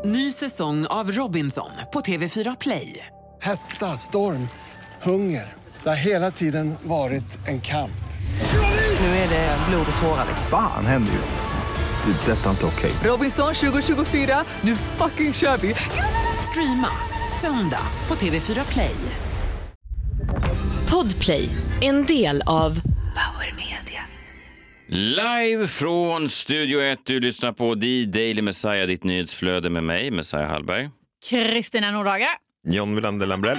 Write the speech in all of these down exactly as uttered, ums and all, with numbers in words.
Ny säsong av Robinson på T V fyra Play. Hetta, storm, hunger. Det har hela tiden varit en kamp. Nu är det blod och tårar. Fan händer just det. Det är detta inte okej. Robinson tjugo tjugofyra, nu fucking kör vi. Streama söndag på T V fyra Play. Podplay, en del av Power Media. Live från Studio ett, du lyssnar på The Daily Messiah, ditt nyhetsflöde med mig, Messiah Hallberg. Kristina Nordager. John Wilander Lambrell.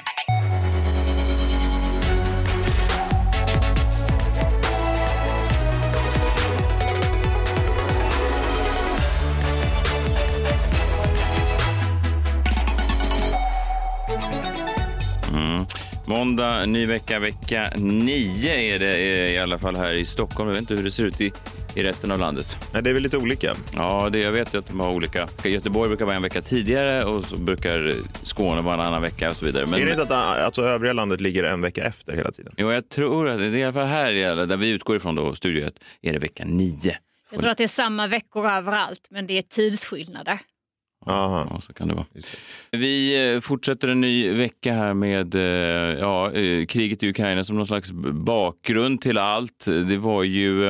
Mm. Måndag, ny vecka, vecka nio är det i alla fall här i Stockholm. Jag vet inte hur det ser ut i, i resten av landet. Nej, det är väl lite olika. Ja, det, jag vet att de har olika. Göteborg brukar vara en vecka tidigare och så brukar Skåne vara en annan vecka och så vidare. Men, är det inte att alltså, övriga landet ligger en vecka efter hela tiden? Jo, jag tror att det är i alla fall här där vi utgår ifrån då, Studio ett, är det vecka nio. Jag tror att det är samma veckor överallt, men det är tidsskillnader. Aha. Ja, så kan det vara. Vi fortsätter en ny vecka här med ja, kriget i Ukraina som någon slags bakgrund till allt. Det var ju...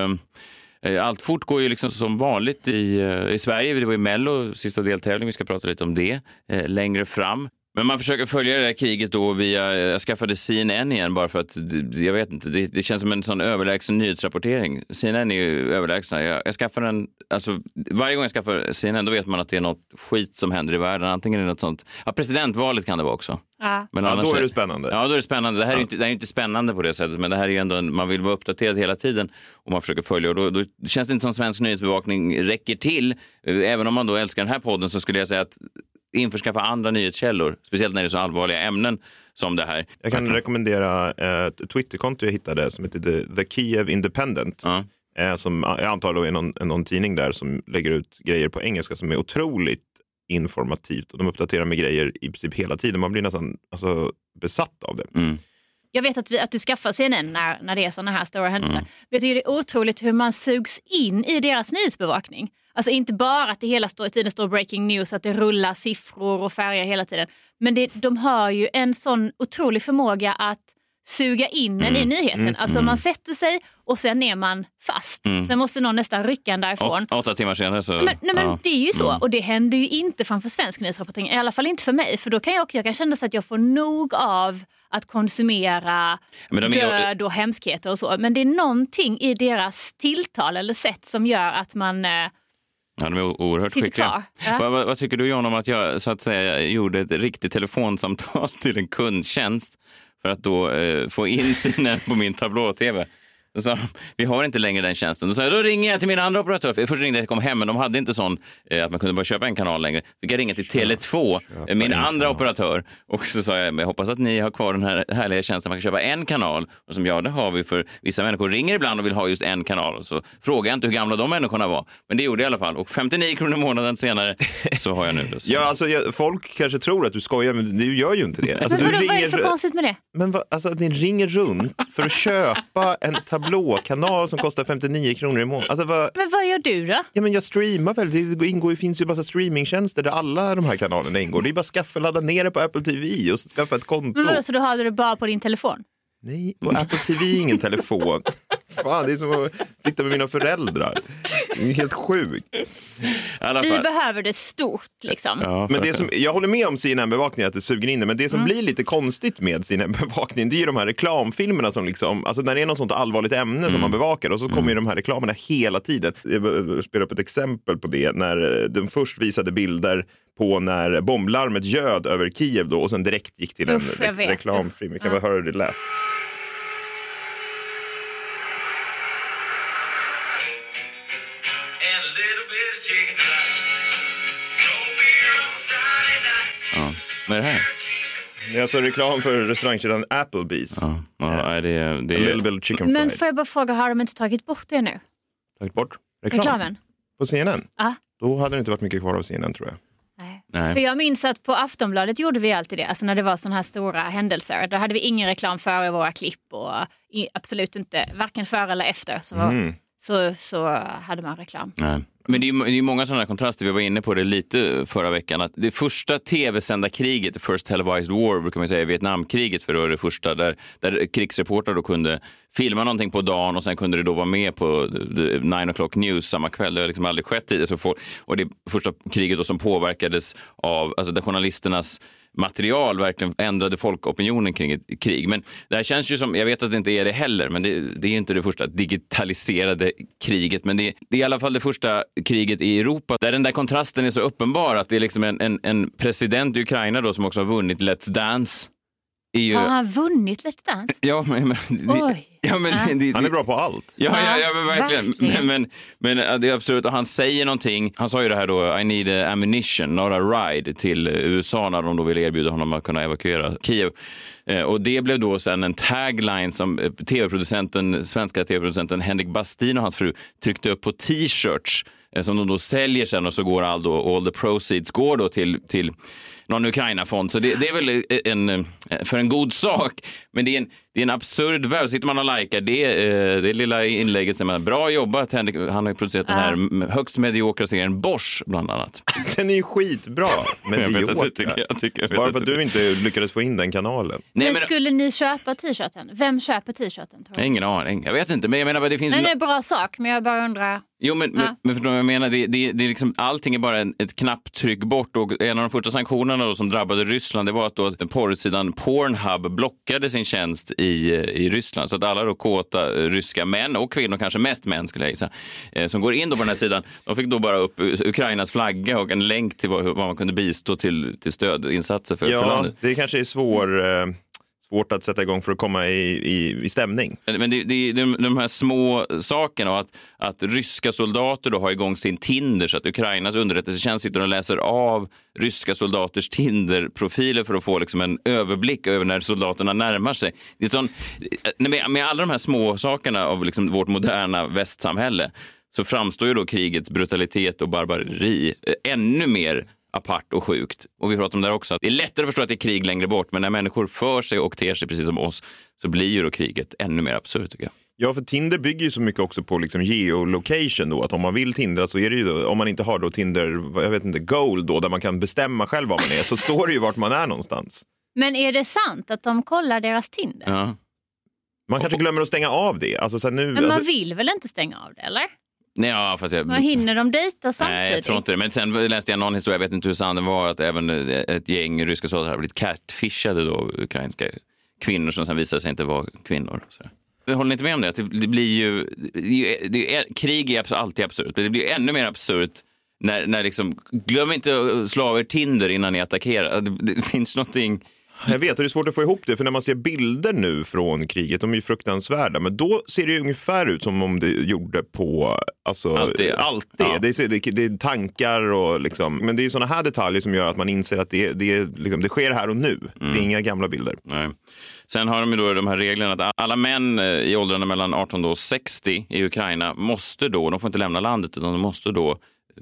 Allt fortgår ju liksom som vanligt i, i Sverige. Det var ju Mello, sista deltävling. Vi ska prata lite om det eh, längre fram. Men man försöker följa det här kriget då via, jag skaffade C N N igen bara för att, jag vet inte, det, det känns som en sån överlägsen nyhetsrapportering. C N N är ju överlägsna. Jag, jag skaffar den, alltså varje gång jag skaffar C N N då vet man att det är något skit som händer i världen. Antingen är det något sånt, ja presidentvalet kan det vara också. Ja, men ja då är det spännande. Ja, då är det spännande. Det här är ju inte, det är inte spännande på det sättet, men det här är ju ändå, en, man vill vara uppdaterad hela tiden och man försöker följa. Och då, då känns det inte som svensk nyhetsbevakning räcker till. Även om man då älskar den här podden så skulle jag säga att införskaffa andra nyhetskällor, speciellt när det är så allvarliga ämnen som det här. Jag kan rekommendera ett Twitterkonto jag hittade som heter The, The Kiev Independent. Ja. Eh, som jag antar då är någon, någon tidning där som lägger ut grejer på engelska som är otroligt informativt. Och de uppdaterar med grejer i princip hela tiden. Man blir nästan alltså, besatt av det. Mm. Jag vet att, vi, att du skaffar C N N när, när det är sådana här stora händelser. Mm. Men jag tycker det är otroligt hur man sugs in i deras nyhetsbevakning. Alltså inte bara att det hela står, tiden står breaking news, att det rullar siffror och färger hela tiden. Men det, de har ju en sån otrolig förmåga att suga in en mm. i nyheten. Mm. Alltså man sätter sig och sen är man fast. Mm. Sen måste någon nästan rycka en därifrån. Åt, åtta timmar senare så... Men, nej, men ja. det är ju så. Mm. Och det händer ju inte framför svensk nyhetsrapportering. I alla fall inte för mig. För då kan jag, jag kan känna så att jag får nog av att konsumera men de är... död och hemskheter och så. Men det är någonting i deras tilltal eller sätt som gör att man... Ja, de är oerhört skickliga. Ja. Vad, vad, vad tycker du, John, om att jag så att säga gjorde ett riktigt telefonsamtal till en kundtjänst för att då eh, få insynen på min tablå-tv? Så, vi har inte längre den tjänsten. Då sa jag, då ringer jag till min andra operatör. Först ringde jag att jag kom hem, men de hade inte sån eh, att man kunde bara köpa en kanal längre. Fick jag ringa till Tele två, eh, min andra operatör. Och så sa jag, jag hoppas att ni har kvar den här härliga tjänsten. Man kan köpa en kanal. Och som ja, det har vi, för vissa människor ringer ibland och vill ha just en kanal. Och så frågar jag inte hur gamla de människorna var. Men det gjorde jag i alla fall. Och femtionio kronor i månaden senare så har jag nu det. Så. Ja, alltså jag, folk kanske tror att du skojar, men du gör ju inte det. Alltså, men du vadå, ringer, vad är det för konstigt med det? Men va, alltså ni ringer runt för att köpa en tablåkanal som kostar femtionio kronor i månaden. Alltså, va, men vad gör du då? Ja, men jag streamar väl. Det ingår, det finns ju bara streamingtjänster där alla de här kanalerna ingår. Det är bara att skaffa, ladda ner det på Apple T V och skaffa ett konto. Men vadå, så du har det bara på din telefon? Nej, och Apple T V är ingen telefon. Fan, det är som att sitta med mina föräldrar. Det är helt sjukt. Vi behöver det stort liksom. Ja, men det som, jag håller med om C N N-bevakning att det suger in det, men det som mm. blir lite konstigt med C N N-bevakning, det är ju de här reklamfilmerna som liksom, alltså när det är något sånt allvarligt ämne mm. som man bevakar, och så kommer mm. ju de här reklamerna hela tiden. Jag spelar upp ett exempel på det när de först visade bilder på när bomblarmet göd över Kiev då, och sen direkt gick till en Uff, re- reklamfilm. Vi kan ja. väl höra hur det lät. Ja, vad är det här? Det är alltså reklam för restaurangkedjan Applebee's. Ja, ja, det är, det är... A little bit of chicken fried. Men får jag bara fråga, har de inte tagit bort det nu? Tagit bort? Reklam? Reklamen? På C N N? Ja. Då hade det inte varit mycket kvar av C N N, tror jag. Nej. Nej. För jag minns att på Aftonbladet gjorde vi alltid det. Alltså när det var sådana här stora händelser. Då hade vi ingen reklam före våra klipp. Och absolut inte, varken före eller efter. Så, var, mm. så, så hade man reklam. Nej. Men det är ju det är många sådana kontraster. Vi var inne på det lite förra veckan. Att det första tv-sända kriget, the first televised war, brukar man säga, Vietnamkriget, för det var det första där, där krigsreportrar då kunde filma någonting på dagen och sen kunde det då vara med på nine o'clock news samma kväll. Det har liksom aldrig skett tidigare. Så får, och det första kriget då som påverkades av, alltså där journalisternas material verkligen ändrade folkopinionen kring ett krig. Men det här känns ju som, jag vet att det inte är det heller, men det, det är inte det första digitaliserade kriget, men det, det är i alla fall det första kriget i Europa där den där kontrasten är så uppenbar att det är liksom en, en, en president i Ukraina då som också har vunnit Let's Dance. Ju... Har han vunnit Let's Dance? Ja, men... men Oj. Ja, men, ja. det, det, han är bra på allt. Ja, ja, ja men verkligen. verkligen. Men, men, men det är absurt. Och han säger någonting. Han sa ju det här då, I need ammunition, not a ride, till U S A när de då ville erbjuda honom att kunna evakuera Kiev. Eh, och det blev då sen en tagline som tv-producenten, svenska tv-producenten Henrik Bastin och hans fru tryckte upp på t-shirts eh, som de då säljer sen, och så går all, då, all the proceeds går då till, till någon Ukraina-fond. Så det, det är väl en, för en god sak. Men det är en, det är en absurd värld. Sitter man och likar det, det lilla inlägget som är bra jobbat. Han har ju producerat ja. den här högst mediokra serien Bosch bland annat. Den är ju skitbra. Mediokra. Bara för att du inte lyckades få in den kanalen. Nej, men, men skulle ni köpa t-shirten? Vem köper t-shirten? Tror jag? Ingen aning. Jag vet inte. Men jag menar, det finns... Nej, det är en bra sak, men jag bara undrar... Jo, men, ja. men, men förstår du vad jag menar? Det, det, det är liksom, allting är bara en, ett knapptryck bort. Och en av de första sanktionerna då, som drabbade Ryssland, det var att då porrsidan Pornhub blockade sin tjänst i, i Ryssland. Så att alla då kåta ryska män och kvinnor, kanske mest män skulle jag säga, eh, som går in då på den här sidan, de fick då bara upp Ukrainas flagga och en länk till vad, vad man kunde bistå till, till stödinsatser för, ja, för landet. Det kanske är svår... Eh... svårt att sätta igång för att komma i, i, i stämning. Men det, det, de, de här små sakerna, att, att ryska soldater då har igång sin Tinder, så att Ukrainas underrättelsetjänst sitter och läser av ryska soldaters Tinder-profiler för att få liksom en överblick över när soldaterna närmar sig. Det är sån, med, med alla de här små sakerna av liksom vårt moderna västsamhälle så framstår ju då krigets brutalitet och barbari ännu mer apart och sjukt. Och vi pratar om det också, att det är lättare att förstå att det är krig längre bort, men när människor för sig och ter sig precis som oss så blir ju då kriget ännu mer absurt, tycker jag. Ja, för Tinder bygger ju så mycket också på liksom geolocation då, att om man vill Tindra så är det ju då, om man inte har då Tinder, jag vet inte, Gold då, där man kan bestämma själv var man är, så står det ju vart man är någonstans. Men är det sant att de kollar deras Tinder? Ja. Man kanske glömmer att stänga av det. Alltså, så nu, men man alltså... vill väl inte stänga av det, eller? Nej, ja, fast jag... Man hinner de dejta samtidigt? Nej, jag tror inte det. Men sen läste jag någon historia, jag vet inte hur sann den var, att även ett gäng ryska soldater hade blivit catfishade då, ukrainska kvinnor som sen visade sig inte vara kvinnor. Så. Håller ni inte med om det? Att det, det blir ju... Det är, det är, krig är alltid absurt, men det blir ännu mer absurt när, när liksom... Glöm inte att slå av er Tinder innan ni attackerar. Det, det finns någonting... Jag vet, det är svårt att få ihop det, för när man ser bilder nu från kriget, de är ju fruktansvärda, men då ser det ju ungefär ut som om det gjorde på, alltså, alltid. alltid. Ja. Det, är, det, det är tankar och liksom, men det är ju såna här detaljer som gör att man inser att det, det, liksom, det sker här och nu. Mm. Det är inga gamla bilder. Nej. Sen har de ju då de här reglerna att alla män i åldrarna mellan arton och sextio i Ukraina måste då, de får inte lämna landet, utan de måste då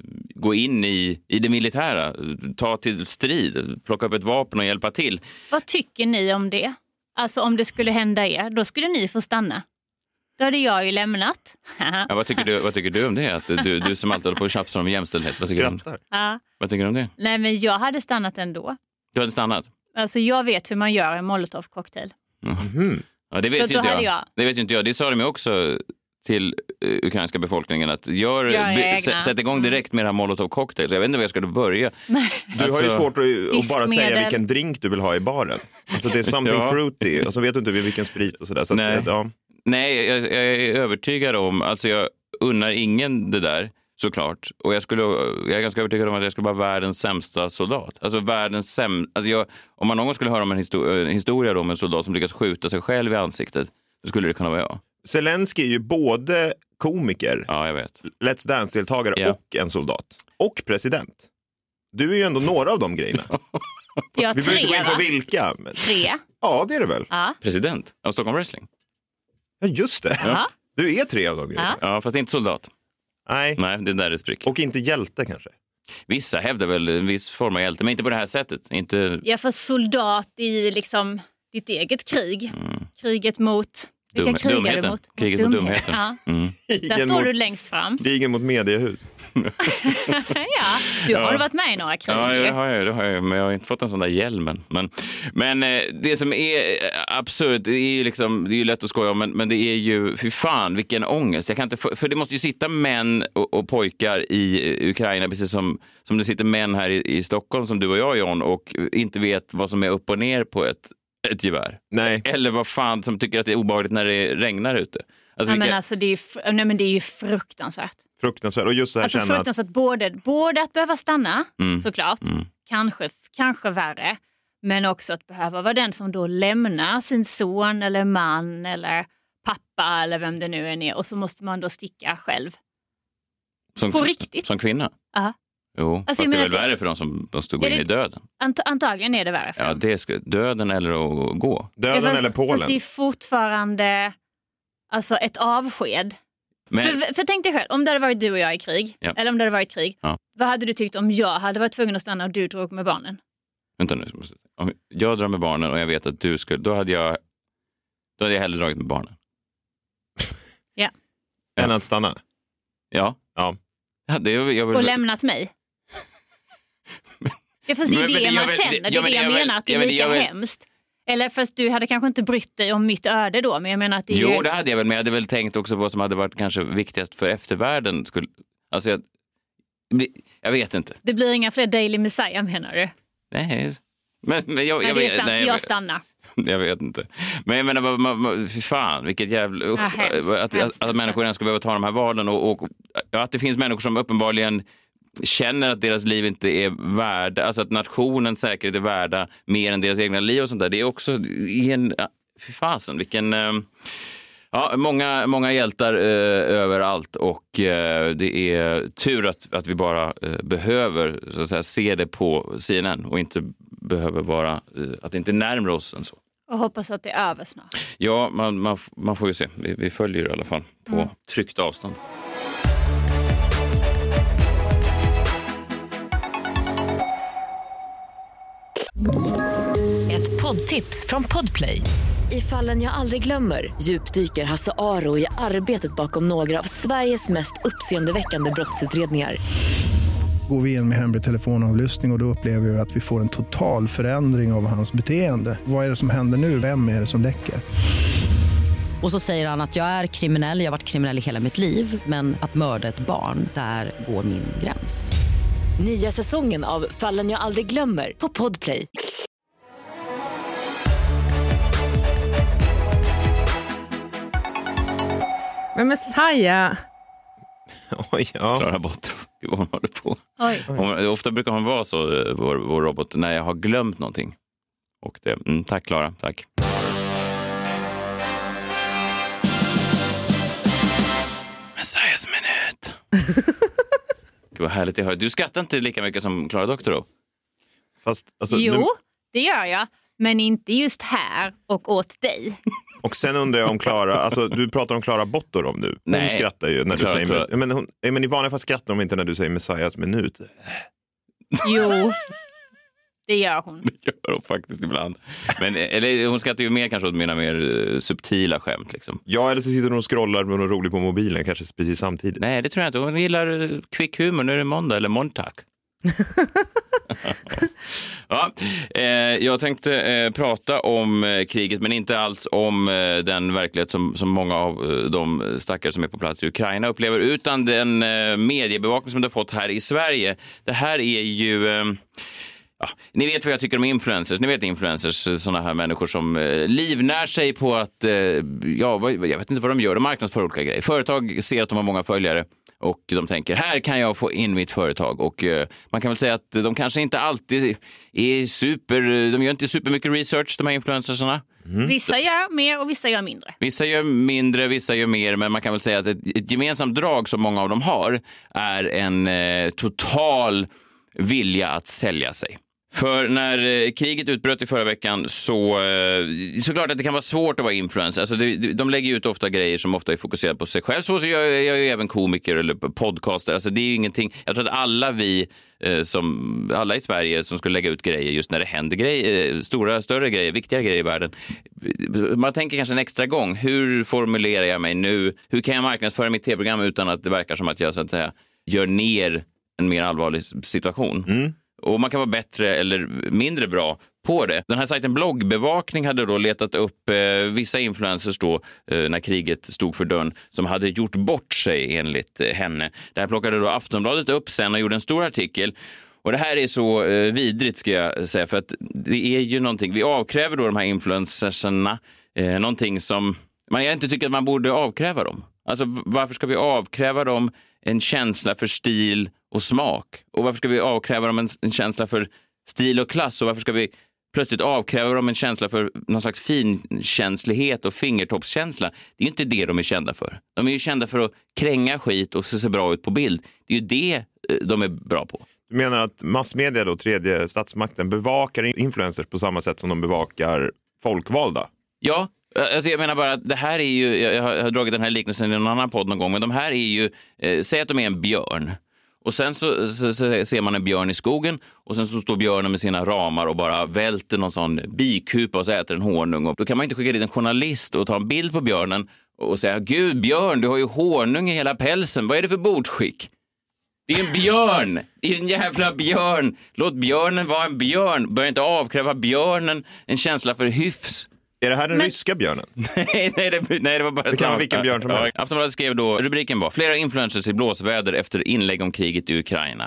gå in i, i det militära, ta till strid, plocka upp ett vapen och hjälpa till. Vad tycker ni om det? Alltså om det skulle hända er, då skulle ni få stanna. Då hade jag ju lämnat. Ja, vad, tycker du, vad tycker du om det? Att du, du som alltid håller på att tjafsa om jämställdhet. Vad tycker, du om, ja. vad tycker du om det? Nej, men jag hade stannat ändå. Du hade stannat? Alltså jag vet hur man gör en molotov-cocktail. Mm. Ja, det vet så ju då inte jag. hade jag. Det vet ju inte jag. Det sa de ju också till uh, ukrainska befolkningen, att gör, gör b- sätt igång direkt med det här molotov-cocktail. Så jag vet inte var jag skulle börja. Du alltså, har ju svårt att, att bara säga vilken drink du vill ha i baren. Alltså det är something ja. fruity, och så vet du inte vilken sprit och sådär. Så Nej, att, ja. Nej jag, jag är övertygad om, alltså jag unnar ingen det där, såklart. Och jag, skulle, jag är ganska övertygad om att jag skulle vara världens sämsta soldat. Alltså världens sämsta. Alltså jag, om man någon gång skulle höra om en historia, en historia då om en soldat som lyckas skjuta sig själv i ansiktet, så skulle det kunna vara jag. Zelensky är ju både komiker, ja, jag vet. Let's Dance-deltagare ja. och en soldat. Och president. Du är ju ändå några av de grejerna. Ja, vi behöver inte gå in på va? vilka. Men... Tre? Ja, det är det väl. Ja. President av Stockholm Wrestling. Ja, just det. Ja. Du är tre av de grejerna. Ja, fast inte soldat. Nej. Nej, det där är sprick. Och inte hjälte kanske. Vissa hävdar väl en viss form av hjälte, men inte på det här sättet. Inte... Ja, för soldat i liksom ditt eget krig. Mm. Kriget mot... Vilka Dum, krigar dumheten. du mot? Kriget mot dumheten. Ja. Mm. Där står mot, du längst fram. Krigen mot mediehus. Ja, du har Ja. varit med i några krig. Ja, det har jag, det har jag, men jag har inte fått en sån där hjälmen. Men, men eh, det som är absurt, det är ju liksom, det är ju lätt att skoja om, men, men det är ju, fy fan, vilken ångest. Jag kan inte, för, för det måste ju sitta män och, och pojkar i Ukraina, precis som, som det sitter män här i, i Stockholm, som du och jag, John, och inte vet vad som är upp och ner på ett, ett gevär. Nej. Eller vad fan som tycker att det är obehagligt när det regnar ute. Alltså, Ja, men vilka... alltså, det, är ju, fr- nej, men det är ju fruktansvärt. Fruktansvärt. Och just så här Alltså känna att... fruktansvärt både, både att behöva stanna, Mm. såklart, Mm. kanske, kanske värre, men också att behöva vara den som då lämnar sin son eller man eller pappa eller vem det nu än är, och så måste man då sticka själv. som, på riktigt? Som kvinna? Ja. Jo, Alltså, fast jag det är menar väl att- värre för de som måste gå Är in det- i döden. Ant- antagligen är det värre för Ja, dem. det ska, döden eller att gå. Döden Ja, fast, eller Polen. Fast det är fortfarande alltså, ett avsked. Men, För, för tänk dig själv, om det hade varit du och jag i krig, Ja. eller om det hade varit krig, Ja. vad hade du tyckt om jag hade varit tvungen att stanna och du drog med barnen? vänta nu. Om jag drar med barnen och jag vet att du skulle... Då hade jag, då hade jag hellre dragit med barnen. Ja. Än att stanna. Ja. Ja. ja det, jag vill, Och lämnat mig? Ja, fast det är Men- det men det- man jag vill- känner, det är ja, det men jag jag vill- menar, att det ja, är men lika jag vill- hemskt. Eller fast du hade kanske inte brytt dig om mitt öde då, men jag menar att det är Jo, ju... det hade jag väl, men jag hade väl tänkt också på vad som hade varit kanske viktigast för eftervärlden. Skulle, alltså jag, jag vet inte. Det blir inga fler Daily Messiah, menar du? Nej, men, men jag, Nej, jag det är vet, sant, nej, jag vet- stannar. Jag vet inte. Men jag menar, vad- vad- vad- fy fan, vilket jävla... Usch, Ja, hemskt, att, att, hemskt, att människor hemskt. ens ska behöva ta de här valen och, och ja, att det finns människor som uppenbarligen känner att deras liv inte är värda, alltså att nationens säkerhet är värda mer än deras egna liv och sånt där. Det är också en... Ja, fy fasen, vilken... eh, Ja, många, många hjältar eh, överallt och eh, det är tur att, att vi bara eh, behöver så att säga, se det på C N N och inte behöver vara, eh, att det inte är närmare oss än så. Och hoppas att det är över snart. Ja, man, man, man får ju se. Vi, vi följer i alla fall på Mm. tryckt avstånd. Ett poddtips från Podplay. I Fallen jag aldrig glömmer djupdyker Hasse Aro i arbetet bakom några av Sveriges mest uppseendeväckande brottsutredningar. Går vi in med hemlig telefonavlyssning och, och då upplever vi att vi får en total förändring av hans beteende. Vad är det som händer nu? Vem är det som läcker? Och så säger han att jag är kriminell, jag har varit kriminell i hela mitt liv, men att mörda ett barn, där går min gräns. Nya säsongen av Fallen jag aldrig glömmer på Podplay. Men Messiah, Oj, ja. Klara bort Gud, vad hon håller på. Oj. Hon, ofta brukar hon vara så, eh, vår, vår robot, när jag har glömt någonting. Och det, mm, tack Klara, tack. Messiahs minut. Gud vad härligt jag hör. Du skrattar inte lika mycket som Klara Doktor då? Fast, alltså, Jo, nu, det gör jag. Men inte just här och åt dig. och sen undrar jag om Klara, alltså du pratar om Klara Bottorov nu. Hon Nej. skrattar ju när du Klara, säger, Klara. men, hon, ja, men i vanliga fall skrattar de inte när du säger Messiahs minut. Jo, det gör hon. Det gör hon faktiskt ibland. Men, eller hon skrattar ju mer kanske åt mina mer eh, subtila skämt liksom. Ja, eller så sitter hon och scrollar med något roligt på mobilen, kanske precis samtidigt. Nej, det tror jag inte. Hon gillar eh, kvick humor. Nu är det måndag eller måndag. Ja, eh, jag tänkte eh, prata om eh, kriget, men inte alls om eh, den verklighet som, som många av eh, de stackare som är på plats i Ukraina upplever, utan den eh, mediebevakning som det har fått här i Sverige. Det här är ju... Eh, Ja, ni vet vad jag tycker om influencers. Ni vet influencers, sådana här människor som eh, livnär sig på att, eh, ja, vad- jag vet inte vad de gör, de marknadsför olika grejer. Företag ser att de har många följare och de tänker, här kan jag få in mitt företag. Och eh, man kan väl säga att de kanske inte alltid är super, de gör inte supermycket research, de här influencersarna. Vissa gör mer och vissa gör mindre. Vissa gör mindre, vissa gör mer, men man kan väl säga att ett, ett gemensamt drag som många av dem har är en eh, total vilja att sälja sig. För när eh, kriget utbröt i förra veckan så eh, såklart att det kan vara svårt att vara influencer. Alltså det, de lägger ut ofta grejer som ofta är fokuserade på sig själv. Så, så jag, jag är ju även komiker eller podcaster. Alltså det är ju ingenting. Jag tror att alla vi eh, som alla i Sverige som skulle lägga ut grejer just när det händer grejer, stora, större grejer, viktigare grejer i världen. Man tänker kanske en extra gång. Hur formulerar jag mig nu? Hur kan jag marknadsföra mitt tv-program utan att det verkar som att jag så att säga gör ner en mer allvarlig situation? Mm. Och man kan vara bättre eller mindre bra på det. Den här sajten Bloggbevakning hade då letat upp eh, vissa influencers då eh, när kriget stod för dörren som hade gjort bort sig enligt eh, henne. Det här plockade då Aftonbladet upp sen och gjorde en stor artikel. Och det här är så eh, vidrigt ska jag säga, för att det är ju någonting. Vi avkräver då de här influencersarna eh, någonting som man inte tycker att man borde avkräva dem. Alltså varför ska vi avkräva dem en känsla för stil och smak? Och varför ska vi avkräva dem en, en känsla för stil och klass? Och varför ska vi plötsligt avkräva dem en känsla för någon slags finkänslighet och fingertoppskänsla? Det är ju inte det de är kända för. De är ju kända för att kränga skit och se bra ut på bild. Det är ju det de är bra på. Du menar att massmedia då, tredje statsmakten, bevakar influencers på samma sätt som de bevakar folkvalda? Ja, alltså jag menar bara att det här är ju, jag har, jag har dragit den här liknelsen i en annan podd någon gång, men de här är ju, eh, säg att de är en björn. Och sen så, så, så ser man en björn i skogen och sen så står björnen med sina ramar och bara välter någon sån bikupa och så äter en honung. Och då kan man inte skicka dit en journalist och ta en bild på björnen och säga, gud Björn, du har ju honung i hela pälsen, vad är det för bordsskick? Det är en björn, det är en jävla björn. Låt björnen vara en björn, börja inte avkräva björnen en känsla för hyfs. Är det här den Men... ryska björnen? nej, nej, det, nej, det var bara... Det kan vara vilken björn som helst. Aftonbladet skrev då, rubriken var flera influencers i blåsväder efter inlägg om kriget i Ukraina.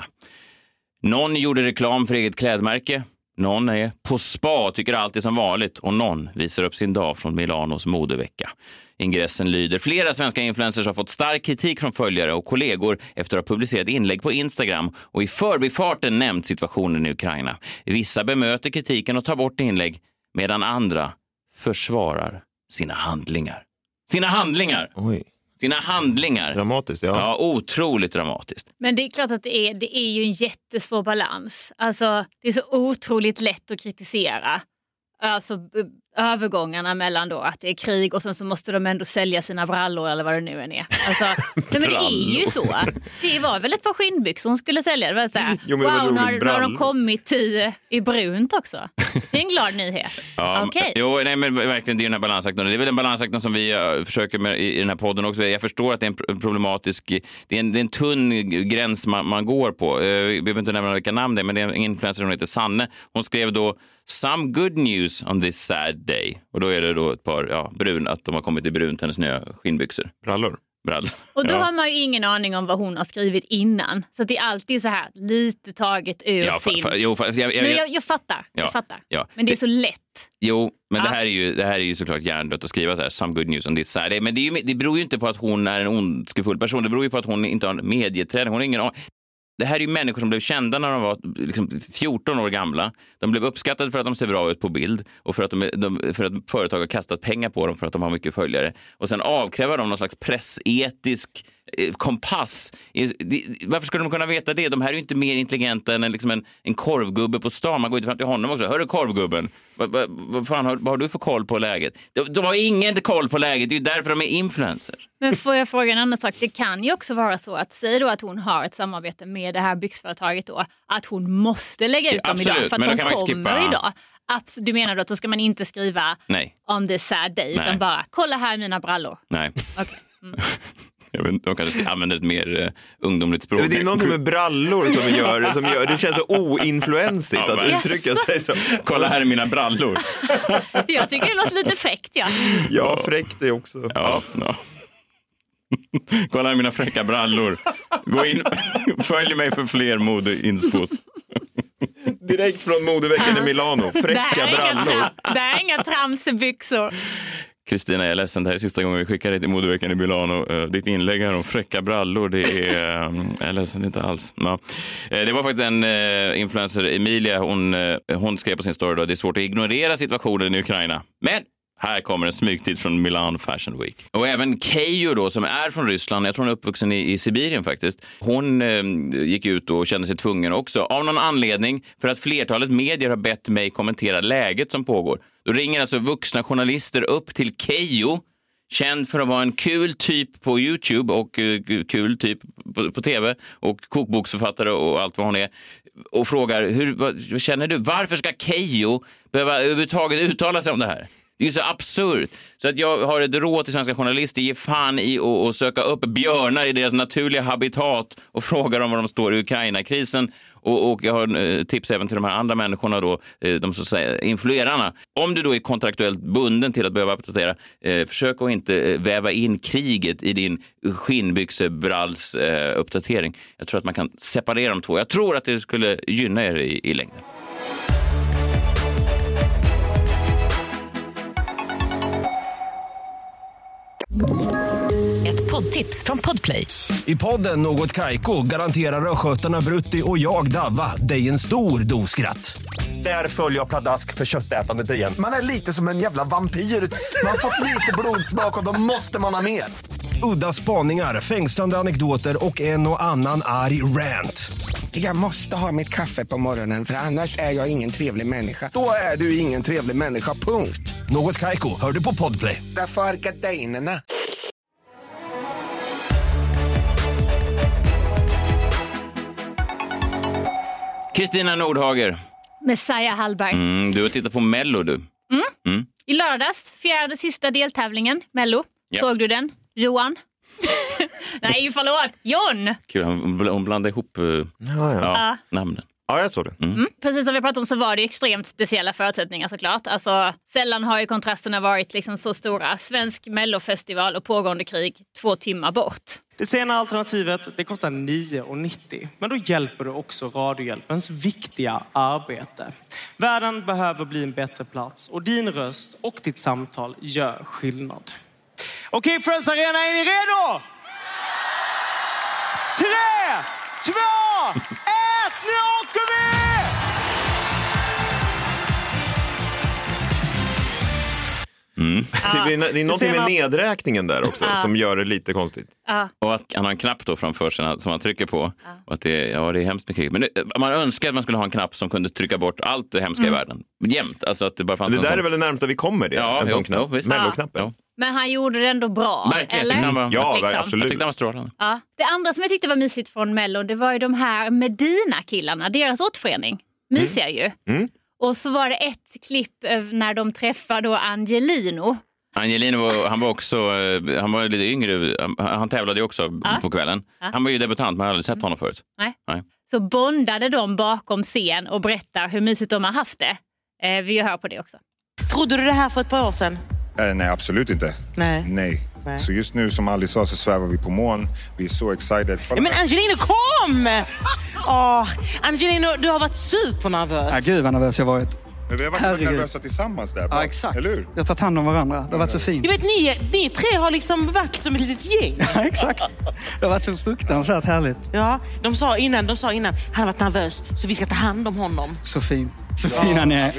Någon gjorde reklam för eget klädmärke. Någon är på spa, tycker allt är som vanligt. Och någon visar upp sin dag från Milanos modevecka. Ingressen lyder, flera svenska influencers har fått stark kritik från följare och kollegor efter att ha publicerat inlägg på Instagram och i förbifarten nämnt situationen i Ukraina. Vissa bemöter kritiken och tar bort inlägg, medan andra försvarar sina handlingar. Sina handlingar! Oj. Sina handlingar. Dramatiskt, ja. Ja, otroligt dramatiskt. Men det är klart att det är, det är ju en jättesvår balans. Alltså, det är så otroligt lätt att kritisera. Alltså övergångarna mellan då att det är krig och sen så måste de ändå sälja sina brallor eller vad det nu än är. Alltså, nej, men det är ju så. Det var väl ett par skinnbyxor hon skulle sälja. Det var så här, jo, wow, nu har, har de kommit i, i brunt också. Det är en glad nyhet. Ja, okay. Jo, nej, men verkligen, det är den här balansakten. Det är väl den balansakten som vi uh, försöker med i, i den här podden också. Jag förstår att det är en problematisk, det är en, det är en tunn gräns man, man går på. Uh, vi behöver inte nämna vilka namn det är, men det är en influencer som heter Sanne. Hon skrev då some good news on this sad day. Och då är det då ett par, ja, brun, att de har kommit i brunt, hennes nya skinnbyxor. Brallor. Brallor. Och då ja. har man ju ingen aning om vad hon har skrivit innan. Så det är alltid så här, lite taget ur ja, sin... Fa, fa, jo, fa, jag, jag, jag, jag, jag fattar, ja, jag fattar. Ja. Men det är så lätt. Jo, men ja. det, här är ju, det här är ju såklart hjärndött att skriva så här, some good news on this sad day. Men det, är ju, det beror ju inte på att hon är en ondskefull person. Det beror ju på att hon inte har medieträning. Hon har ingen aning. Det här är ju människor som blev kända när de var liksom fjorton år gamla. De blev uppskattade för att de ser bra ut på bild och för att, de, de, för att företag har kastat pengar på dem för att de har mycket följare. Och sen avkräver de någon slags pressetisk eh, kompass. Varför skulle de kunna veta det? De här är ju inte mer intelligenta än liksom en, en korvgubbe på stan. Man går ut fram till honom också. Hörru korvgubben, vad, vad, vad, fan har, vad har du för koll på läget? De, de har ingen koll på läget, det är ju därför de är influencers. Men får jag fråga en annan sak? Det kan ju också vara så att säg då att hon har ett samarbete med det här byxföretaget då, att hon måste lägga ut ja, dem idag för att de kommer skippa... idag. Absolut, du menar då att då ska man inte skriva Nej. om det sad day utan Nej. bara kolla här mina brallor. Nej. Okay. Mm. Jag vet inte, de kanske använder ett mer uh, ungdomligt språk. Det är någonting med brallor som gör, som gör det känns så oinfluensigt ja, att uttrycka yes. sig så. Kolla här är mina brallor. Jag tycker det låter lite fräckt, ja. Ja, fräckt är också. Ja, ja. Kolla här mina fräcka brallor. Gå in, följ mig för fler modeinspos. Direkt från modeveckan i Milano. Fräcka brallor. Det är inga tramsebyxor. Kristina, jag är ledsen. Det här är sista gången vi skickar dig till modeveckan i Milano. Uh, ditt inlägg här om fräcka brallor, det är... Uh, jag är ledsen, inte alls. No. Uh, det var faktiskt en uh, influencer, Emilia, hon, uh, hon skrev på sin story då, det är svårt att ignorera situationen i Ukraina. Men Här kommer en smygtid från Milan Fashion Week. Och även Keyyo då, som är från Ryssland, jag tror hon är uppvuxen i, i Sibirien faktiskt. Hon eh, gick ut och kände sig tvungen också, av någon anledning, för att flertalet medier har bett mig kommentera läget som pågår. Då ringer alltså vuxna journalister upp till Keyyo, känd för att vara en kul typ på YouTube och uh, kul typ på, på tv och kokboksförfattare och allt vad hon är, och frågar, hur, vad, vad känner du? Varför ska Keyyo behöva överhuvudtaget uttala sig om det här? Det är så absurt. Så att jag har ett råd till svenska journalister: ge fan i att söka upp björnar i deras naturliga habitat och fråga dem var de står i Ukraina-krisen. Och, och jag har tips även till de här andra människorna då, de så att säga influerarna. Om du då är kontraktuellt bunden till att behöva uppdatera, eh, försök att inte väva in kriget i din skinnbyxebralls eh, uppdatering. Jag tror att man kan separera de två. Jag tror att det skulle gynna er i, i längden. Ett poddtips från Podplay. I podden Något Kaiko garanterar röskötarna Brutti och jag Davva dig en stor doskratt. Där följer jag pladask för köttätandet igen. Man är lite som en jävla vampyr. Man har fått lite blodsmak och då måste man ha mer. Udda spaningar, fängslande anekdoter och en och annan arg rant. Jag måste ha mitt kaffe på morgonen, för annars är jag ingen trevlig människa. Då är du ingen trevlig människa, punkt. Något Kaiko, hör du på Podplay. Därför är gardinerna. Kristina Nordhager. Messiah Hallberg. Mm, du har tittat på Mello, du. Mm. Mm. I lördags, fjärde sista deltävlingen, Mello. Ja. Såg du den? Johan? Nej, förlåt. John! Kul, hon, hon blandade ihop uh, ja, ja. Ja, namnen. Ja, jag såg det. Mm. Mm. Precis som vi pratade om så var det extremt speciella förutsättningar såklart. Alltså, sällan har ju kontrasterna varit liksom så stora. Svensk mellofestival och pågående krig två timmar bort. Det senare alternativet det kostar nio nittio. Men då hjälper du också Radiohjälpens viktiga arbete. Världen behöver bli en bättre plats och din röst och ditt samtal gör skillnad. Okej, Friends Arena, är ni redo? Tre, två, ett, nu åker vi! Mm. Ja. Det är, det är någonting med nedräkningen där också ja. som gör det lite konstigt. Ja. Och att han har en knapp då framför sig som han trycker på. Ja. Och att det, ja, det är hemskt mycket. Men det, man önskar att man skulle ha en knapp som kunde trycka bort allt det hemska mm. i världen. Jämt. Alltså att det bara fanns det en där sån... är väl det närmsta vi kommer det. Ja, en sån knapp. Melloknappen. Ja. Men han gjorde det ändå bra. Verkligen. Eller? Var, ja, liksom. absolut. Jag tyckte han var strålande. Ja. Det andra som jag tyckte var mysigt från Mello, det var ju de här Medina-killarna, deras återförening. Mysiga mm. ju. Mm. Och så var det ett klipp när de träffade då Angelino. Angelino var, han var också, han var lite yngre, han tävlade ju också ja. på kvällen. Ja. Han var ju debutant, man hade aldrig sett honom förut. Nej. Nej. Så bondade de bakom scen och berättar hur mysigt de har haft det. Eh, vi hör på det också. Trodde du det här för ett par år sedan? Eh, nej, absolut inte. Nej. nej. Nej. Så just nu, som Ali sa, så svävar vi på moln. Vi är så excited. Ja, men Angelino, kom! Åh, Angelino, du har varit supernervös. Ja, gud vad nervös jag varit. Men vi har varit Herregud. nervösa tillsammans där. Ja, exakt. Eller hur? Jag har tagit hand om varandra. Det har varit så fint. Jag vet, ni, ni tre har liksom varit som ett litet gäng. Ja, exakt. Det har varit så fruktansvärt härligt. Ja, de sa innan, de sa innan, han har varit nervös, så vi ska ta hand om honom. Så fint. Så ja. fina ni är.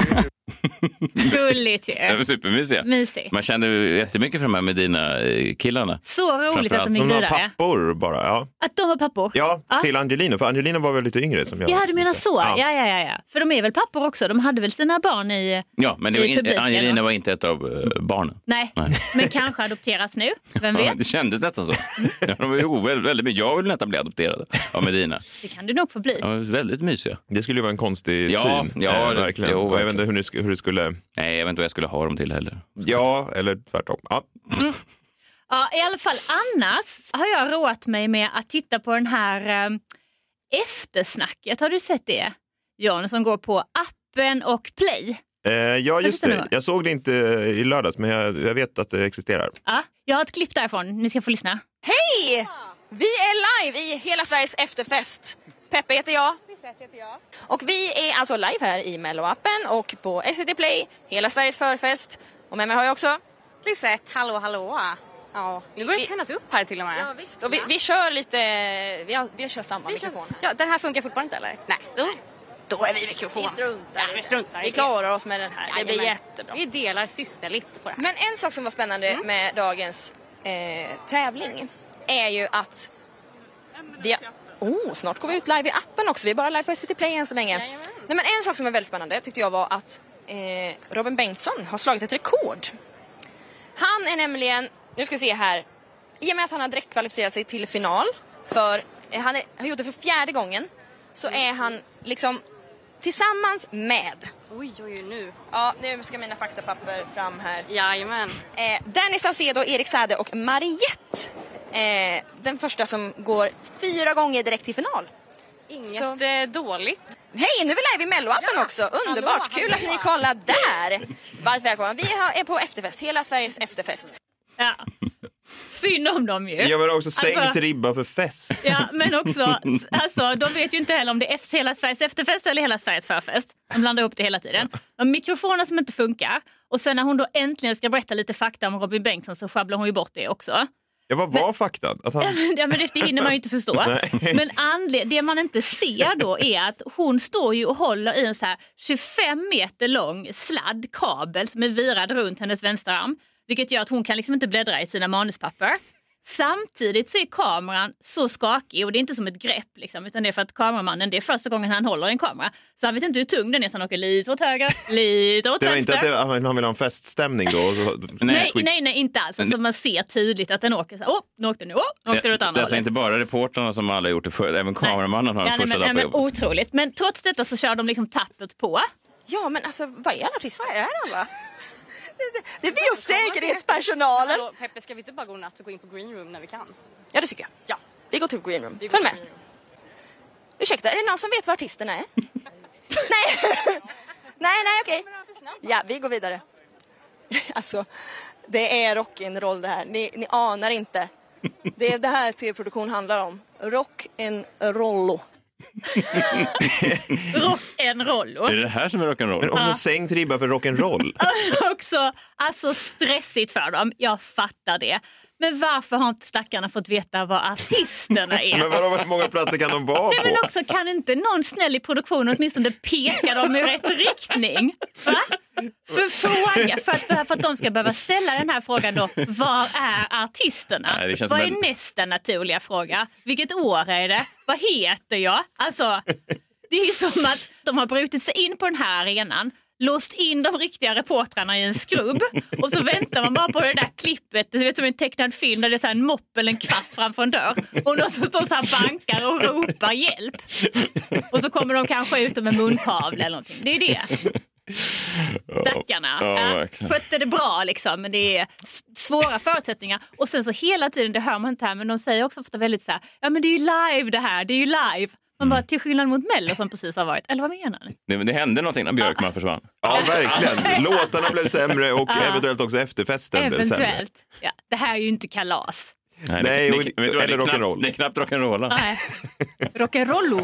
Gulligt ju. Det var supermysigt. Mysigt. Man kände jättemycket för de här med dina killarna. Så roligt att de gick vidare. De var pappor bara, ja. Att de var pappor? Ja, ja, till Angelino. För Angelino var väl lite yngre som jag. Ja, du menar så. Ja. Ja, ja, ja, ja. För de är väl pappor också. De hade väl sina barn i Ja, men det var in, Angelino var inte ett av uh, barnen. Nej. Nej, men kanske adopteras nu. Vem vet? Ja, det kändes nästan så. Ja, de var ju väldigt, väldigt mycket. Jag vill nästan bli adopterad av Medina. Det kan du nog få bli. Ja, väldigt mysiga. Det skulle ju vara en konstig ja, syn. Ja, äh, det, verkligen. Jo, verkligen. Jag vet inte hur, ni, hur det skulle... Nej, jag vet inte vad jag skulle ha dem till heller. Ja, eller tvärtom. Ja. Mm. Ja, i alla fall annars har jag roat mig med att titta på den här um, eftersnacket. Har du sett det? John, som går på appen och Play. Eh, ja, just det. Jag såg det inte i lördags, men jag, jag vet att det existerar. Ja, jag har ett klipp därifrån. Ni ska få lyssna. Hej! Vi är live i Hela Sveriges efterfest. Peppe heter jag. Och vi är alltså live här i Mello-appen och på S V T Play, Hela Sveriges förfest. Och med mig har jag också Lisette, hallå hallå. Ja, nu börjar det kännas upp här till och med. Ja visst, och vi, vi kör lite, vi, har, vi kör samma vi mikrofon. Kör, ja, den här funkar fortfarande inte eller? Nej. Jo. Då är vi mikrofon. Vi struntar, ja, vi, struntar vi klarar oss med den här. Det blir jättebra. Vi delar systerligt på det här. Men en sak som var spännande mm. med dagens eh, tävling är ju att vi har... oh, snart går vi ut live i appen också. Vi är bara live på S V T Play än så länge. Nej, men en sak som är väldigt spännande tyckte jag var att eh, Robin Bengtsson har slagit ett rekord. Han är nämligen, nu ska vi se här, i och med att han har direkt kvalificerat sig till final för, eh, han är, har gjort det för fjärde gången, så är han liksom tillsammans med Oj, oj, oj, nu. Ja, nu ska mina faktapapper fram här. Jajamän. Eh, Danny Saucedo, Erik Sade och Mariette. Eh, den första som går fyra gånger direkt till final. Inget så... dåligt. Hej, nu är vi live i Mello-appen ja. också. Underbart, hallå, kul hallå. Att ni kollar där. Varmt välkomna. Vi är på efterfest, hela Sveriges efterfest. Ja. Synd om dem ju. Jag vill också sänkt alltså, ribba för fest. Ja, men också, alltså, de vet ju inte heller om det är hela Sveriges efterfest eller hela Sveriges förfest. De blandar upp det hela tiden. De mikrofoner som inte funkar. Och sen när hon då äntligen ska berätta lite fakta om Robin Bengtsson så sjabblar hon ju bort det också. Ja, vad var men, faktan? Att han... ja, men det, det hinner man ju inte förstå. Men anled- det man inte ser då är att hon står ju och håller i en så här tjugofem meter lång sladdkabel som är virad runt hennes vänsterarm. Vilket gör att hon kan liksom inte bläddra i sina manuspapper. Samtidigt så är kameran så skakig och det är inte som ett grepp liksom, utan det är för att kameramannen, det är första gången han håller en kamera. Så han vet inte hur tung den är, så han åker lite åt höger, lite åt det vänster. Det var inte att det, han vill ha en feststämning då? Så, nej, nej, nej, nej, inte alls. Alltså, man ser tydligt att den åker så här, åh, nu åkte den, åh, nu åkte den åt andra. Det är alltså inte bara reportrarna som alla gjort det för, även kameramannen har ja, den första nej, men, dag på men otroligt. Men trots detta så kör de liksom tappet på. Ja, men alltså, vad är artister? Vad är det va? Det är biosäkerhetspersonalen. Hallå, Peppe, ska vi inte bara gå natt och gå in på green room när vi kan? Ja, det tycker jag. Ja. Vi går till green room. Följ med. Ursäkta, är det någon som vet vad artisterna är? nej. nej, nej, okej. Okay. Ja, vi går vidare. Alltså, det är rock'n'roll det här. Ni, ni anar inte. Det är det här tv-produktion handlar om. Rock'n'rollo. Rock'n'roll. Är det här som är rock'n'roll? Men också ja. Sänkt ribba för rock'n'roll. också, alltså stressigt för dem. Jag fattar det. Men varför har inte stackarna fått veta vad artisterna är? Men vadå, hur många platser kan de vara Nej, på? men också, kan inte någon snäll i produktionen åtminstone peka dem i rätt riktning? Va? För fråga, för att, för att de ska behöva ställa den här frågan då, var är artisterna? Nej, vad är en... nästa naturliga fråga? Vilket år är det? Vad heter jag? Alltså, det är ju som att de har brutit sig in på den här arenan, låst in de riktiga reportrarna i en skrubb och så väntar man bara på det där klippet, du vet, som en tecknad film där det är så här en mopp eller en kvast framför en dörr och någon som står så här bankar och ropar hjälp och så kommer de kanske ut med munkavle eller någonting. Det är ju det. Stackarna. Ja, ja, skötte det bra liksom, men det är svåra förutsättningar och sen så hela tiden, det hör man inte här, men de säger också ofta väldigt så här, ja men det är ju live det här, det är ju live. Man bara, till skillnad mot Mello som precis har varit. Eller vad menar ni? Det, det hände någonting när Björkman försvann. Ja, verkligen. Låtarna blev sämre och ja. eventuellt också efterfesten eventuellt. blev sämre. Ja, det här är ju inte kalas. Nej, Nej det, och, det, det, eller rock'n'roll. Det är knappt rock'n'roll. Nej, rock'n'rollo.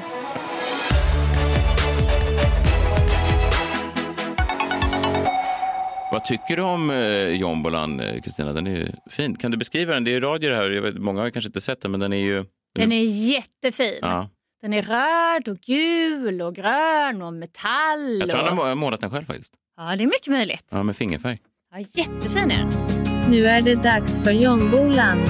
Vad tycker du om eh, Jombolan, Kristina? Den är ju fin. Kan du beskriva den? Det är radio det här. Jag vet, många har kanske inte sett den, men den är ju... Den är jättefin. Ja. Den är röd och gul och grön och metall. Jag tror och... han har målat den själv faktiskt. Ja, det är mycket möjligt. Ja, med fingerfärg. Ja, jättefin är den. Nu är det dags för Jombolan.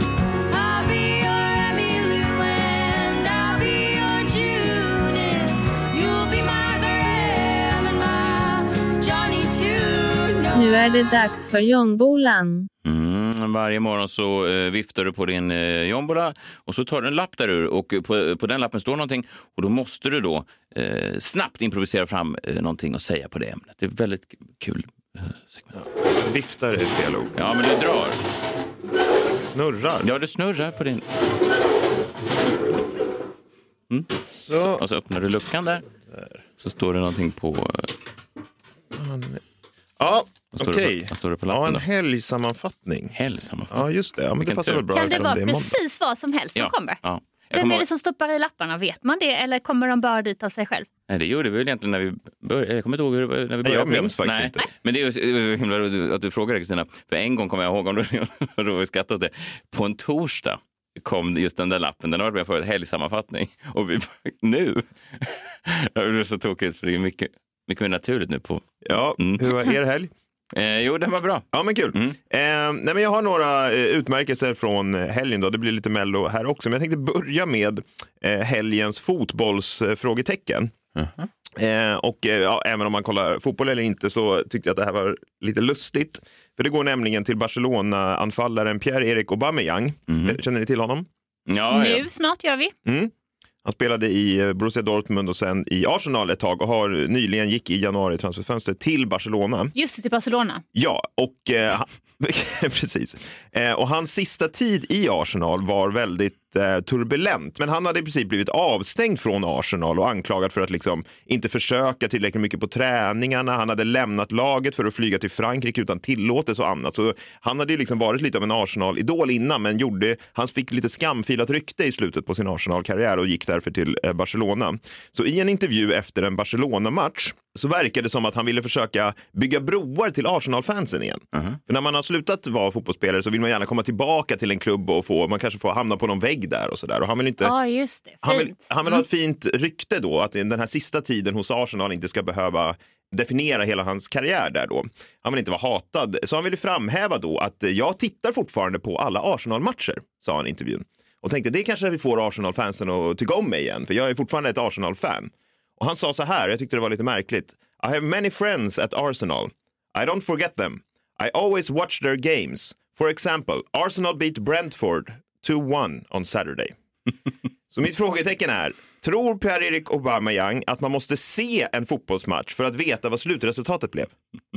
Nu är det dags för Jombolan. Mm, varje morgon så eh, viftar du på din eh, jombola och så tar du en lapp där ur och på, på den lappen står någonting och då måste du då eh, snabbt improvisera fram eh, någonting och säga på det ämnet. Det är väldigt kul eh, segment. Ja, viftar är fel ord. Ja, men du drar. Snurrar? Ja, du snurrar på din... Mm. Så. Och så öppnar du luckan där. där. Så står det någonting på... Man... Ja, okej. Okay. Vad står det på lappen? Ja, en helgsammanfattning. Helgsammanfattning. Ja, just det. Ja, men det passar väl bra. Kan det vara det precis vad som helst som ja. kommer? Ja. Vem är det som stoppar i lapparna? Vet man det? Eller kommer de bara dit av sig själv? Nej, det gjorde vi väl egentligen när vi började. Jag kommer inte ihåg hur, när vi började. Jag minns faktiskt Nej. inte. Men det är ju himla att du frågar det, Kristina. För en gång kommer jag ihåg, om du, du skrattade åt det, på en torsdag. kom just den där lappen. Den har varit med för ett helgsammanfattning. Och vi nu, det är så tokigt för det är mycket, mycket mer naturligt nu på. Ja, mm. Hur var er helg? Eh, jo, den var bra. Ja, men kul. Mm. Eh, nej, men jag har några eh, utmärkelser från helgen då. Det blir lite mello här också. Men jag tänkte börja med eh, helgens fotbollsfrågetecken. Uh-huh. Eh, och eh, ja, även om man kollar fotboll eller inte så tyckte jag att det här var lite lustigt. För det går nämligen till Barcelona-anfallaren Pierre-Emerick Aubameyang. Mm-hmm. Känner ni till honom? Ja, nu ja. snart gör vi. Mm. Han spelade i Borussia Dortmund och sen i Arsenal ett tag och har nyligen gick i januari transferfönstret till Barcelona. Just det, till Barcelona. Ja, och eh, precis. Eh, och hans sista tid i Arsenal var väldigt eh, turbulent. Men han hade i princip blivit avstängd från Arsenal och anklagad för att liksom inte försöka tillräckligt mycket på träningarna. Han hade lämnat laget för att flyga till Frankrike utan tillåtelse och annat. Så han hade ju liksom varit lite av en Arsenal-idol innan, men gjorde, han fick lite skamfilat rykte i slutet på sin Arsenal-karriär och gick därför till eh, Barcelona. Så i en intervju efter en Barcelona-match så verkade det som att han ville försöka bygga broar till Arsenal-fansen igen. Uh-huh. För när man har slutat vara fotbollsspelare så vill man gärna komma tillbaka till en klubb och få, man kanske får hamna på någon vägg där och sådär. Och han vill inte... Ja, just det. Fint. Han vill, han vill ha ett fint rykte då, att den här sista tiden hos Arsenal inte ska behöva definiera hela hans karriär där då. Han vill inte vara hatad. Så han ville framhäva då att jag tittar fortfarande på alla Arsenal-matcher, sa han i intervjun. Och tänkte, det kanske vi får Arsenal-fansen att tycka om mig igen, för jag är fortfarande ett Arsenal-fan. Och han sa så här, jag tyckte det var lite märkligt. I have many friends at Arsenal. I don't forget them. I always watch their games. For example, Arsenal beat Brentford two one on Saturday. Så mitt frågetecken är, tror Pierre-Emerick Aubameyang att man måste se en fotbollsmatch för att veta vad slutresultatet blev?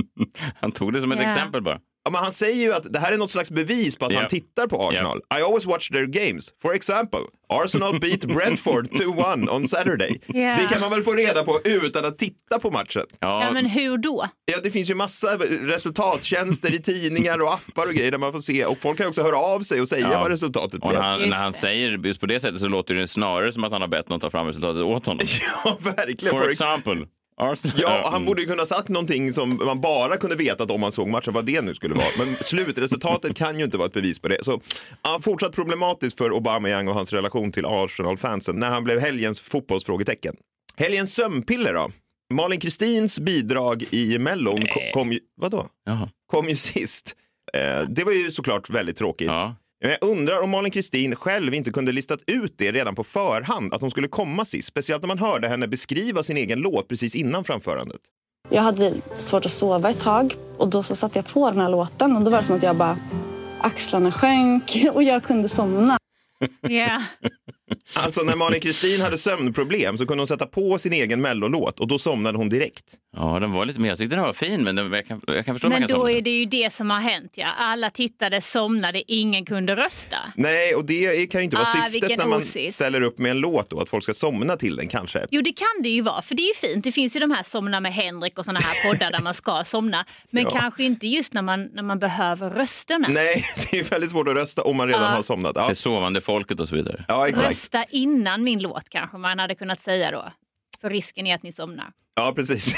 Han tog det som ett yeah. exempel bara. Ja, men han säger ju att det här är något slags bevis på att yeah. han tittar på Arsenal. Yeah. I always watch their games. For example, Arsenal beat Brentford two one on Saturday. Yeah. Det kan man väl få reda på utan att titta på matchen. Ja, ja men hur då? Ja, det finns ju massa resultattjänster i tidningar och appar och grejer där man får se. Och folk kan också höra av sig och säga ja. vad resultatet och blev. När han, när han säger just på det sättet så låter det snarare som att han har bett någon ta fram resultatet åt honom. Ja, verkligen. For example. Arsenal. Ja, han borde ju kunna sagt någonting som man bara kunde veta att om man såg matchen vad det nu skulle vara. Men slutresultatet kan ju inte vara ett bevis på det. Så ja, fortsatt problematiskt för Aubameyang och hans relation till Arsenal-fansen när han blev helgens fotbollsfrågetecken. Helgens sömnpiller då? Malin Kristins bidrag i Mellon kom, kom ju, vadå? Jaha. Kom ju sist. Eh, det var ju såklart väldigt tråkigt. Ja. Jag undrar om Malin Kristin själv inte kunde listat ut det redan på förhand, att hon skulle komma sist. Speciellt när man hörde henne beskriva sin egen låt precis innan framförandet. Jag hade svårt att sova ett tag och då så satte jag på den här låten och då var det som att jag bara, axlarna sjönk och jag kunde somna. Yeah. Alltså när Malin Kristin hade sömnproblem så kunde hon sätta på sin egen mellolåt och då somnade hon direkt. Ja, den var lite mer, jag tyckte den var fin, men den, jag, kan, jag kan förstå men man kan då somna. är det ju det som har hänt, ja. Alla tittade, somnade, ingen kunde rösta. Nej, och det kan ju inte vara ah, syftet när man osis. ställer upp med en låt då, att folk ska somna till den kanske. Jo, det kan det ju vara, för det är ju fint. Det finns ju de här Somna med Henrik och såna här poddar där man ska somna. Men ja. kanske inte just när man, när man behöver rösterna. Nej, det är väldigt svårt att rösta om man redan ah. har somnat. Ja. Det sovande folket och så vidare. Ja, exakt. Rösta innan min låt kanske man hade kunnat säga då. För risken är att ni somnar. Ja, precis.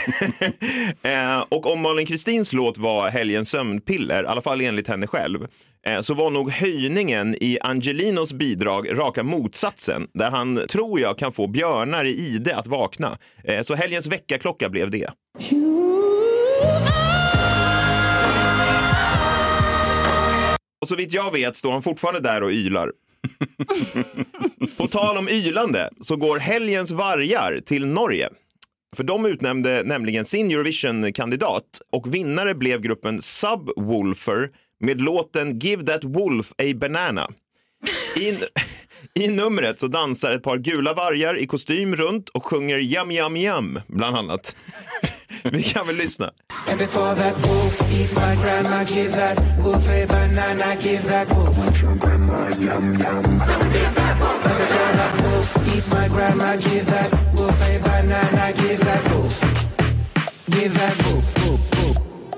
eh, och om Malin Kristins låt var helgens sömnpiller, i alla fall enligt henne själv, eh, så var nog höjningen i Angelinos bidrag raka motsatsen, där han, tror jag, kan få björnar i ide att vakna. Eh, så helgens väckarklocka blev det. Och så vitt jag vet står han fortfarande där och ylar. På tal om ylande så går helgens vargar till Norge. För de utnämnde nämligen sin Eurovision-kandidat och vinnare blev gruppen Subwoolfer med låten Give That Wolf a Banana. I, I numret så dansar ett par gula vargar i kostym runt och sjunger Yum Yum Yum bland annat. Vi kan väl lyssna. And before that wolf eats my grandma, give that wolf a banana, give that wolf. Grandma, yum, yum. Give that wolf. And before that wolf eats my grandma, give that wolf a banana, give that wolf. Give that wolf, wolf, wolf.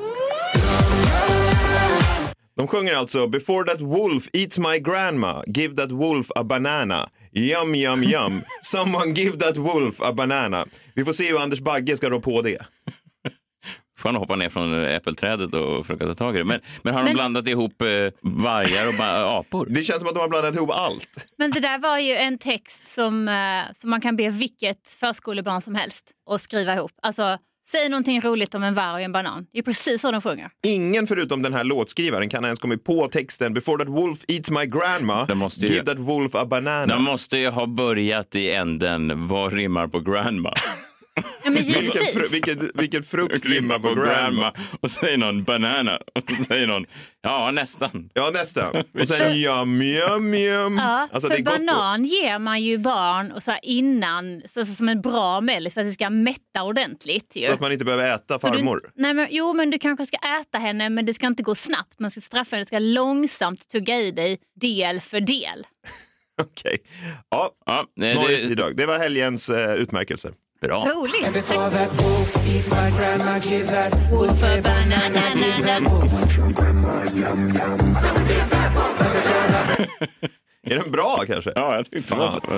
De sjunger alltså Before that wolf eats my grandma, give that wolf a banana. Yum, yum, yum. Someone give that wolf a banana. Vi får se hur Anders Bagge ska rå på det. får han hoppa ner från äppelträdet och försöka ta tag i det. Men, men har de Men- blandat ihop eh, vargar och ba- apor? Det känns som att de har blandat ihop allt. Men det där var ju en text som, eh, som man kan be vilket förskolebarn som helst att skriva ihop. Alltså, säg någonting roligt om en varg och en banan. Det är precis så de sjunger. Ingen förutom den här låtskrivaren kan ens komma på texten Before that wolf eats my grandma, De måste ju- give that wolf a banana. De måste ju ha börjat i änden. Vad rimmar på grandma? Ja, men Vilken, givetvis. fru, vilken, vilken frukt rimmar på grandma? Och säger någon banana. Och så säger någon, ja nästan. Ja, nästan. Och sen yum, yum, yum. Ja, Alltså, för det är gott då. banan ger man ju barn och så här innan, så, så, som en bra mellis för att det ska mätta ordentligt. Ju. Så att man inte behöver äta Så du- farmor. nej, men, jo, men du kanske ska äta henne, men det ska inte gå snabbt. Man ska straffa henne, det ska långsamt tugga i dig del för del. Okej. Ja, ja nej, Norges det, bidrag. Det var helgens uh, utmärkelse. Bra. Roligt. Before that wolf eats my grandma, give that wolf a banana, give that wolf. Är den bra kanske? Ja, jag tyckte det var det.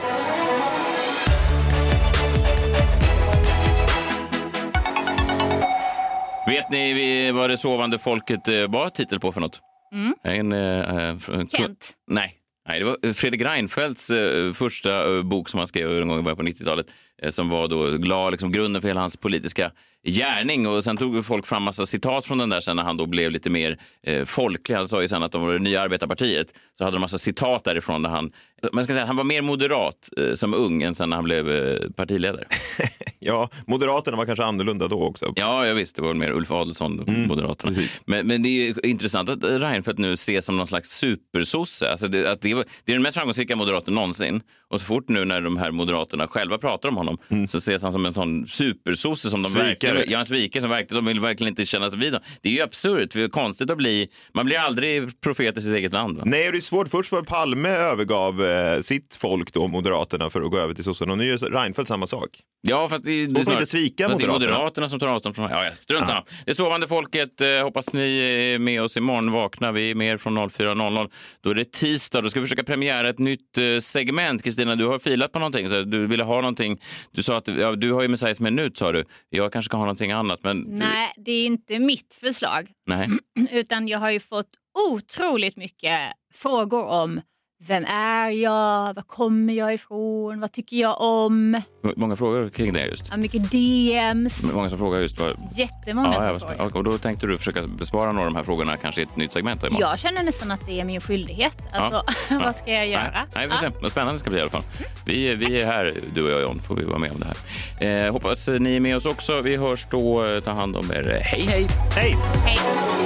Vet ni vad det sovande folket eh, var titel på för något? Mm. En, eh, fr- Kent. Nej. Nej, det var Fredrik Reinfeldts eh, första eh, bok som han skrev en gång i början på nittiotalet eh, som var då la liksom grunden för hela hans politiska gärning, och sen tog folk fram massa citat från den där sen när han då blev lite mer eh, folklig. Han sa ju sen att de var det nya arbetarpartiet, så hade de massa citat därifrån där han, man ska säga att han var mer moderat eh, som ung än sen när han blev eh, partiledare. Ja, Moderaterna var kanske annorlunda då också. Ja, jag visste, det var mer Ulf Adelsohn, mm, Moderaterna. Men, men det är ju intressant att Reinfeldt nu ses som någon slags supersosse. Alltså det, att det, var, det är den mest framgångsrika moderaten någonsin. Och så fort nu när de här moderaterna själva pratar om honom mm. så ses han som en sån supersosse som de verkligen, ja, en sviker som verkligen, de vill verkligen inte känna sig vid dem. Det är ju absurt, det är konstigt att bli, man blir aldrig profet i sitt eget land. Va? Nej, det är svårt. Först var Palme övergav eh, sitt folk då, Moderaterna, för att gå över till sossen, och nu gör Reinfeldt samma sak. Ja, för att det, det, det är inte svika Moderaterna. Moderaterna. Det är Moderaterna som tar avstånd från... Ja, ja, strunt samma. Det är sovande folket. Eh, hoppas ni är med oss imorgon. Vaknar vi mer från noll fyra noll noll. Då är det tisdag. Då ska vi försöka premiera ett nytt eh, segment. Kristina, du har filat på någonting. Så du ville ha någonting. Du sa att ja, du har ju Messiahs minut, sa du. Jag kanske kan ha någonting annat, men... Nej, det är inte mitt förslag. Nej. Utan jag har ju fått otroligt mycket frågor om vem är jag, var kommer jag ifrån, vad tycker jag om. Många frågor kring det just. Ja, mycket D Ms. Många som frågar just vad... Jättemånga ja, som jag frågar. Och då tänkte du försöka besvara några av de här frågorna kanske i ett nytt segment då imorgon. Jag känner nästan att det är min skyldighet. Alltså, ja. vad ska jag göra? Nej, nej vi får ja. se. Vad spännande det ska bli i alla fall. Vi, vi är här, du och jag John, får vi vara med om det här. Eh, hoppas ni är med oss också. Vi hörs då. Ta hand om er. Hej, hej! Hej! Hej!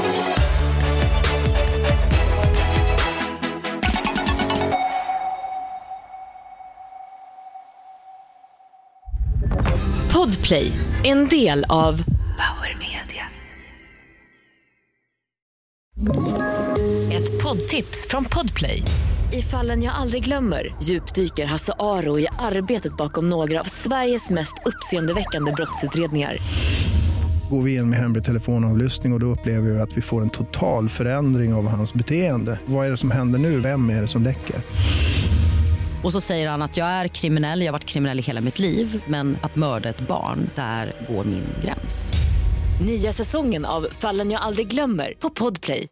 Podplay, en del av Power Media. Ett poddtips från Podplay. I Fallen jag aldrig glömmer djupdyker Hasse Aro i arbetet bakom några av Sveriges mest uppseendeväckande brottsutredningar. Går vi in med hemlig telefonavlyssning och, och då upplever vi att vi får en total förändring av hans beteende. Vad är det som händer nu? Vem är det som läcker? Och så säger han att jag är kriminell, jag har varit kriminell i hela mitt liv. Men att mörda ett barn, där går min gräns. Nya säsongen av Fallen jag aldrig glömmer på Podplay.